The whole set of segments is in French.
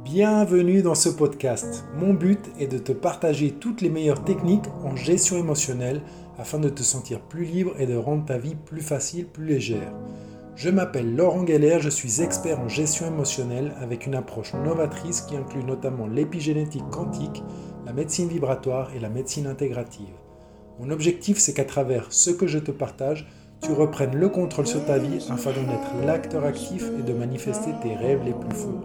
Bienvenue dans ce podcast. Mon but est de te partager toutes les meilleures techniques en gestion émotionnelle afin de te sentir plus libre et de rendre ta vie plus facile, plus légère. Je m'appelle Laurent Geller, je suis expert en gestion émotionnelle avec une approche novatrice qui inclut notamment l'épigénétique quantique, la médecine vibratoire et la médecine intégrative. Mon objectif, c'est qu'à travers ce que je te partage, tu reprennes le contrôle sur ta vie afin d'en être l'acteur actif et de manifester tes rêves les plus fous.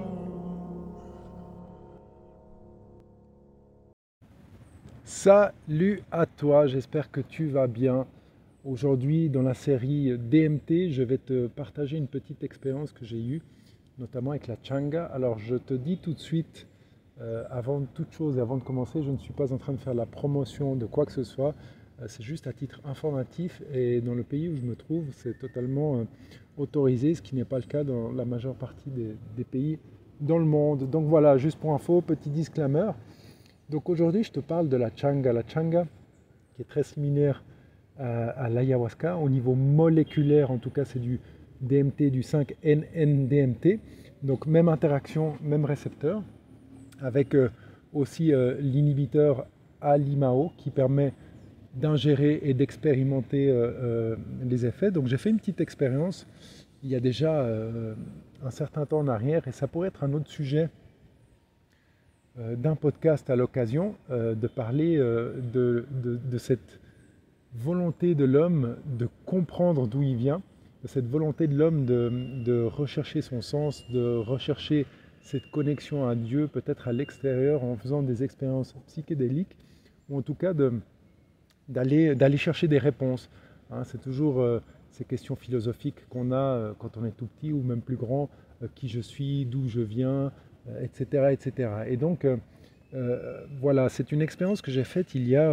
Salut à toi, j'espère que tu vas bien. Aujourd'hui, dans la série DMT, je vais te partager une petite expérience que j'ai eue, notamment avec la Changa. Alors, je te dis tout de suite, avant toute chose et avant de commencer, je ne suis pas en train de faire la promotion de quoi que ce soit. C'est juste à titre informatif et dans le pays où je me trouve, c'est totalement autorisé, ce qui n'est pas le cas dans la majeure partie des pays dans le monde. Donc voilà, juste pour info, petit disclaimer. Donc aujourd'hui, je te parle de la Changa. La Changa, qui est très similaire à l'ayahuasca, au niveau moléculaire, en tout cas, c'est du DMT, du 5-NN-DMT. Donc même interaction, même récepteur, avec aussi l'inhibiteur Alimao qui permet d'ingérer et d'expérimenter les effets. Donc j'ai fait une petite expérience il y a déjà un certain temps en arrière et ça pourrait être un autre sujet d'un podcast à l'occasion, de parler de cette volonté de l'homme de comprendre d'où il vient, de cette volonté de l'homme de rechercher son sens, de rechercher cette connexion à Dieu, peut-être à l'extérieur, en faisant des expériences psychédéliques, ou en tout cas d'aller chercher des réponses. Hein, c'est toujours ces questions philosophiques qu'on a quand on est tout petit ou même plus grand, qui je suis, d'où je viens, etc., etc. Et donc, voilà, c'est une expérience que j'ai faite il y a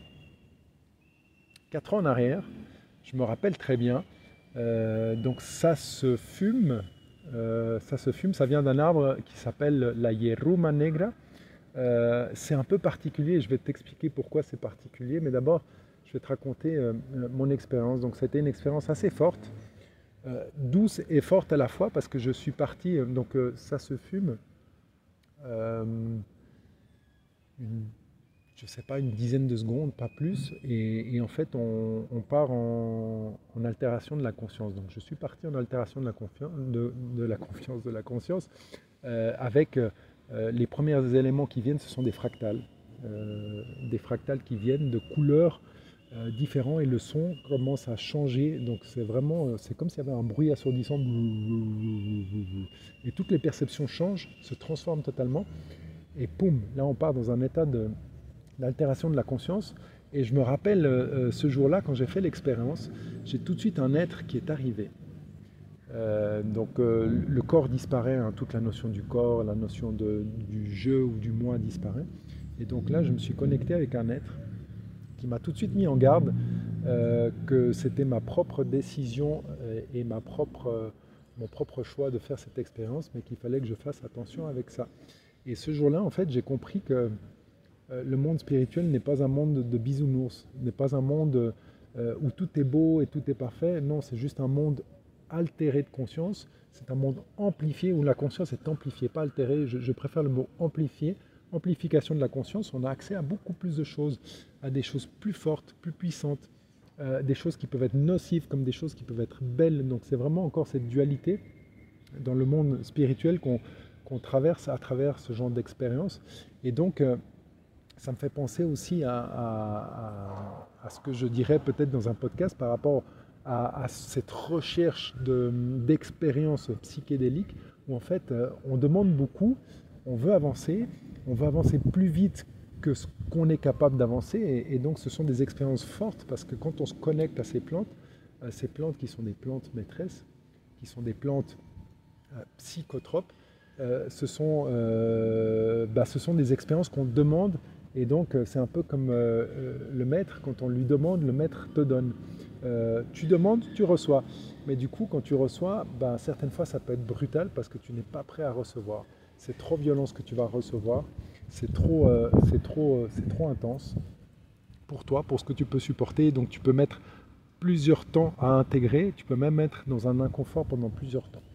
4 ans en arrière. Je me rappelle très bien. Donc ça se fume, ça vient d'un arbre qui s'appelle la Yeruma Negra. C'est un peu particulier, je vais t'expliquer pourquoi c'est particulier, mais d'abord, je vais te raconter mon expérience. Donc c'était une expérience assez forte, douce et forte à la fois, parce que je suis parti, ça se fume, je ne sais pas, une dizaine de secondes, pas plus, et en fait on part en altération de la conscience. Donc je suis parti en altération de la confiance, de la conscience, avec les premiers éléments qui viennent, ce sont des fractales qui viennent de couleurs différentes et le son commence à changer. Donc c'est vraiment, c'est comme s'il y avait un bruit assourdissant et toutes les perceptions changent, se transforment totalement. Et poum, là on part dans un état d'altération de la conscience. Et je me rappelle ce jour-là, quand j'ai fait l'expérience, j'ai tout de suite un être qui est arrivé. Le corps disparaît, hein, toute la notion du corps, la notion du je ou du moi disparaît. Et donc là, je me suis connecté avec un être qui m'a tout de suite mis en garde que c'était ma propre décision et mon propre choix de faire cette expérience, mais qu'il fallait que je fasse attention avec ça. Et ce jour-là, en fait, j'ai compris que le monde spirituel n'est pas un monde de bisounours, n'est pas un monde où tout est beau et tout est parfait. Non, c'est juste un monde altéré de conscience. C'est un monde amplifié où la conscience est amplifiée, pas altérée. Je préfère le mot amplifié. Amplification de la conscience, on a accès à beaucoup plus de choses, à des choses plus fortes, plus puissantes, des choses qui peuvent être nocives comme des choses qui peuvent être belles. Donc c'est vraiment encore cette dualité dans le monde spirituel qu'on traverse à travers ce genre d'expérience. Et donc, ça me fait penser aussi à ce que je dirais peut-être dans un podcast par rapport à cette recherche d'expériences psychédéliques où en fait on demande beaucoup, on veut avancer plus vite que ce qu'on est capable d'avancer et donc ce sont des expériences fortes parce que quand on se connecte à ces plantes qui sont des plantes maîtresses, qui sont des plantes psychotropes, ce sont des expériences qu'on demande et donc c'est un peu comme le maître, quand on lui demande, le maître te donne. Tu demandes, tu reçois. Mais du coup, quand tu reçois, certaines fois ça peut être brutal parce que tu n'es pas prêt à recevoir. C'est trop violent ce que tu vas recevoir, c'est trop intense pour toi, pour ce que tu peux supporter. Donc tu peux mettre plusieurs temps à intégrer, tu peux même être dans un inconfort pendant plusieurs temps.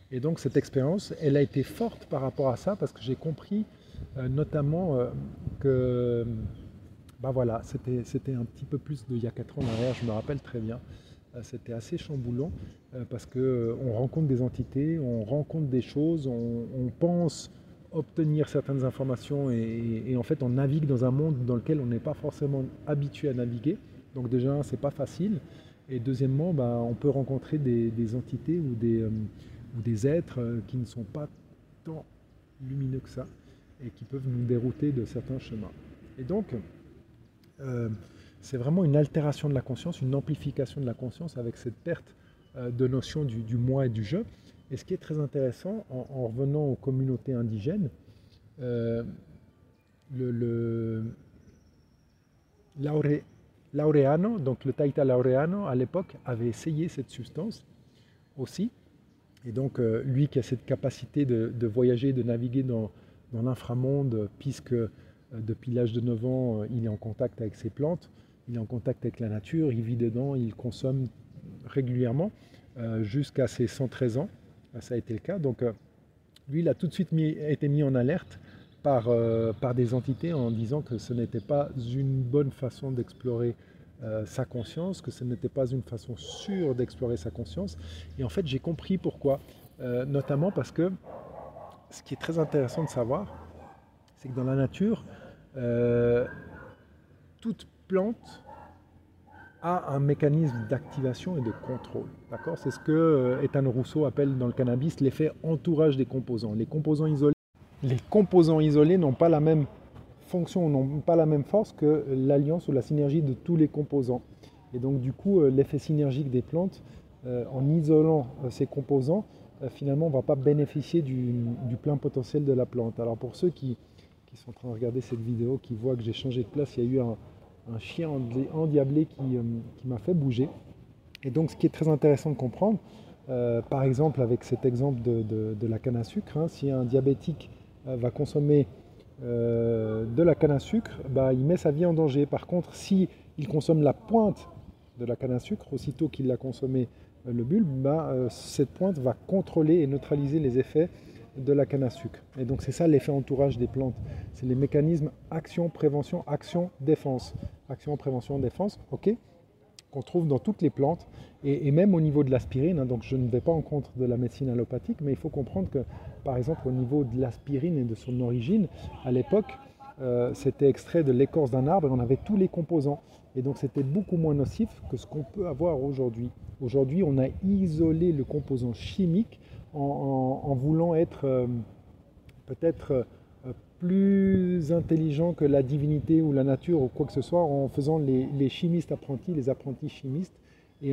Et donc cette expérience, elle a été forte par rapport à ça parce que j'ai compris notamment que bah voilà, c'était un petit peu plus d'il y a 4 ans en arrière, je me rappelle très bien. C'était assez chamboulant parce qu'on rencontre des entités, on rencontre des choses, on pense obtenir certaines informations et en fait on navigue dans un monde dans lequel on n'est pas forcément habitué à naviguer. Donc déjà, c'est pas facile. Et deuxièmement, bah, on peut rencontrer des entités ou des êtres qui ne sont pas tant lumineux que ça et qui peuvent nous dérouter de certains chemins. Et donc, euh, c'est vraiment une altération de la conscience, une amplification de la conscience avec cette perte de notion du moi et du je. Et ce qui est très intéressant, en revenant aux communautés indigènes, euh, le Laure- Laureano, donc le Taita Laureano, à l'époque, avait essayé cette substance aussi. Et donc, lui qui a cette capacité de voyager, de naviguer dans l'inframonde, puisque depuis l'âge de 9 ans, il est en contact avec ses plantes, il est en contact avec la nature, il vit dedans, il consomme régulièrement, jusqu'à ses 113 ans. Ça a été le cas. Donc, lui, il a tout de suite été mis en alerte par des entités en disant que ce n'était pas une bonne façon d'explorer sa conscience, que ce n'était pas une façon sûre d'explorer sa conscience. Et en fait, j'ai compris pourquoi. Notamment parce que ce qui est très intéressant de savoir, c'est que dans la nature, euh, toute plante a un mécanisme d'activation et de contrôle. D'accord? C'est ce que Ethan Rousseau appelle dans le cannabis l'effet entourage des composants. Les composants isolés n'ont pas la même fonction, n'ont pas la même force que l'alliance ou la synergie de tous les composants. Et donc du coup, l'effet synergique des plantes, en isolant ces composants, finalement, on ne va pas bénéficier du plein potentiel de la plante. Alors pour ceux qui sont en train de regarder cette vidéo, qui voient que j'ai changé de place, il y a eu un chien endiablé qui m'a fait bouger. Et donc ce qui est très intéressant de comprendre, par exemple avec cet exemple de la canne à sucre, hein, si un diabétique va consommer de la canne à sucre, bah, il met sa vie en danger. Par contre, si il consomme la pointe de la canne à sucre, aussitôt qu'il a consommé le bulbe, bah, cette pointe va contrôler et neutraliser les effets de la canne à sucre. Et donc c'est ça l'effet entourage des plantes. C'est les mécanismes action, prévention, action, défense. Action, prévention, défense, ok, qu'on trouve dans toutes les plantes et même au niveau de l'aspirine. Hein, donc je ne vais pas en contre de la médecine allopathique, mais il faut comprendre que par exemple au niveau de l'aspirine et de son origine, à l'époque, c'était extrait de l'écorce d'un arbre et on avait tous les composants. Et donc c'était beaucoup moins nocif que ce qu'on peut avoir aujourd'hui. Aujourd'hui, on a isolé le composant chimique en voulant être peut-être plus intelligent que la divinité ou la nature ou quoi que ce soit, en faisant les chimistes apprentis, les apprentis chimistes, et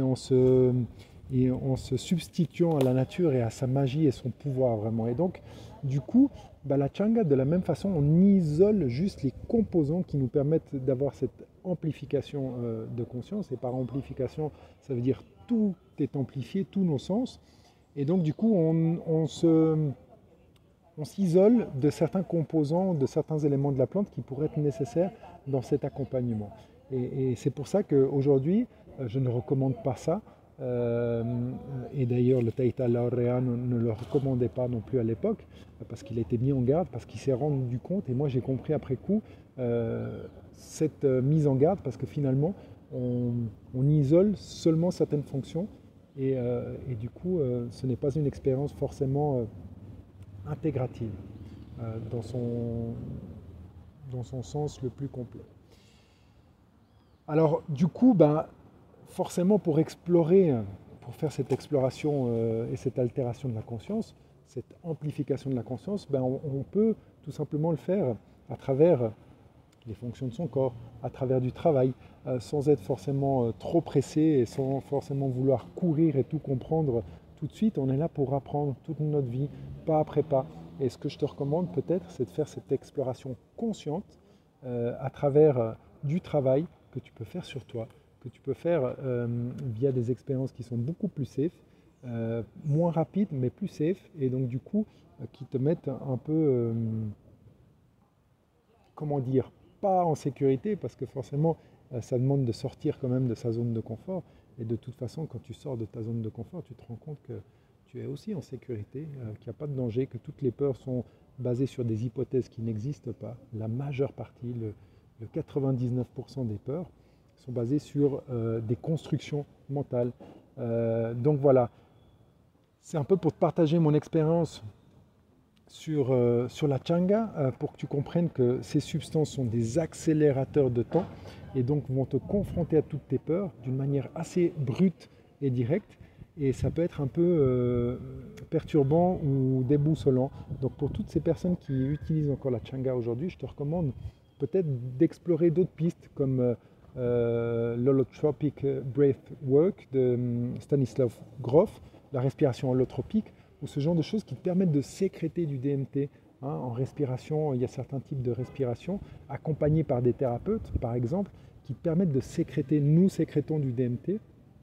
en se substituant à la nature et à sa magie et son pouvoir vraiment. Et donc, du coup, bah, la Changa, de la même façon, on isole juste les composants qui nous permettent d'avoir cette amplification de conscience. Et par amplification, ça veut dire tout est amplifié, tous nos sens. Et donc, du coup, on s'isole de certains composants, de certains éléments de la plante qui pourraient être nécessaires dans cet accompagnement. Et c'est pour ça qu'aujourd'hui, je ne recommande pas ça. Et d'ailleurs, le Taita Laureano ne le recommandait pas non plus à l'époque, parce qu'il a été mis en garde, parce qu'il s'est rendu compte, et moi j'ai compris après coup, cette mise en garde, parce que finalement, on isole seulement certaines fonctions, et du coup, ce n'est pas une expérience forcément intégrative dans son sens le plus complet. Alors du coup, ben, forcément pour explorer, pour faire cette exploration et cette altération de la conscience, cette amplification de la conscience, ben, on peut tout simplement le faire à travers les fonctions de son corps, à travers du travail, sans être forcément trop pressé et sans forcément vouloir courir et tout comprendre tout de suite. On est là pour apprendre toute notre vie, pas après pas. Et ce que je te recommande peut-être, c'est de faire cette exploration consciente à travers du travail que tu peux faire sur toi, que tu peux faire via des expériences qui sont beaucoup plus safe, moins rapides mais plus safe, et donc du coup qui te mettent un peu, comment dire, pas en sécurité, parce que forcément ça demande de sortir quand même de sa zone de confort, et de toute façon quand tu sors de ta zone de confort, tu te rends compte que tu es aussi en sécurité, qu'il n'y a pas de danger, que toutes les peurs sont basées sur des hypothèses qui n'existent pas. La majeure partie, le 99% des peurs sont basées sur des constructions mentales. Donc voilà, c'est un peu pour te partager mon expérience sur la changa, pour que tu comprennes que ces substances sont des accélérateurs de temps et donc vont te confronter à toutes tes peurs d'une manière assez brute et directe. Et ça peut être un peu perturbant ou déboussolant. Donc pour toutes ces personnes qui utilisent encore la changa aujourd'hui, je te recommande peut-être d'explorer d'autres pistes comme l'holotropic breathwork de Stanislav Grof, la respiration holotropique, ou ce genre de choses qui te permettent de sécréter du DMT. En respiration, il y a certains types de respiration, accompagnés par des thérapeutes, par exemple, qui te permettent de sécréter. Nous sécrétons du DMT,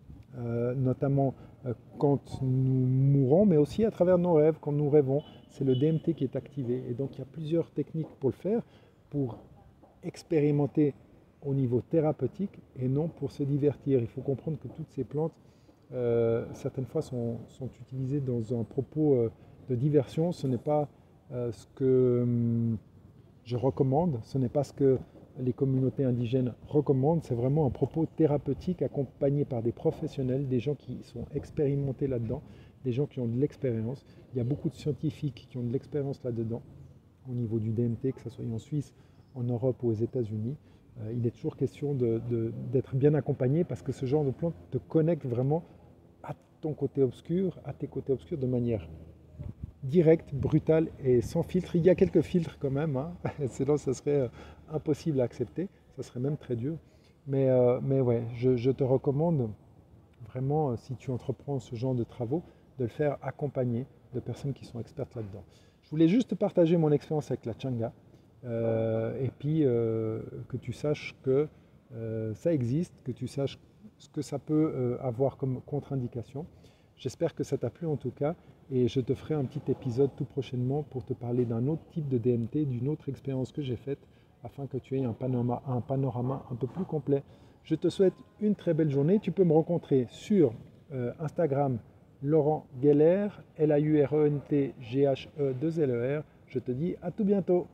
notamment quand nous mourons, mais aussi à travers nos rêves, quand nous rêvons. C'est le DMT qui est activé. Et donc, il y a plusieurs techniques pour le faire, pour expérimenter au niveau thérapeutique et non pour se divertir. Il faut comprendre que toutes ces plantes, certaines fois, sont utilisées dans un propos de diversion. Ce n'est pas ce que je recommande, ce n'est pas ce que les communautés indigènes recommandent, c'est vraiment un propos thérapeutique accompagné par des professionnels, des gens qui sont expérimentés là-dedans, des gens qui ont de l'expérience. Il y a beaucoup de scientifiques qui ont de l'expérience là-dedans, au niveau du DMT, que ce soit en Suisse, en Europe ou aux États-Unis. Il est toujours question d'être bien accompagné parce que ce genre de plante te connecte vraiment à ton côté obscur, à tes côtés obscurs de manière direct, brutal et sans filtre. Il y a quelques filtres quand même, hein. Sinon ça serait impossible à accepter, ça serait même très dur. Mais ouais, je te recommande vraiment, si tu entreprends ce genre de travaux, de le faire accompagné de personnes qui sont expertes là-dedans. Je voulais juste partager mon expérience avec la changa, et puis que tu saches que ça existe, que tu saches ce que ça peut avoir comme contre-indication. J'espère que ça t'a plu en tout cas, et je te ferai un petit épisode tout prochainement pour te parler d'un autre type de DMT, d'une autre expérience que j'ai faite, afin que tu aies un panorama un peu plus complet. Je te souhaite une très belle journée. Tu peux me rencontrer sur Instagram, Laurent Geller, Laurentghe2Ler. Je te dis à tout bientôt.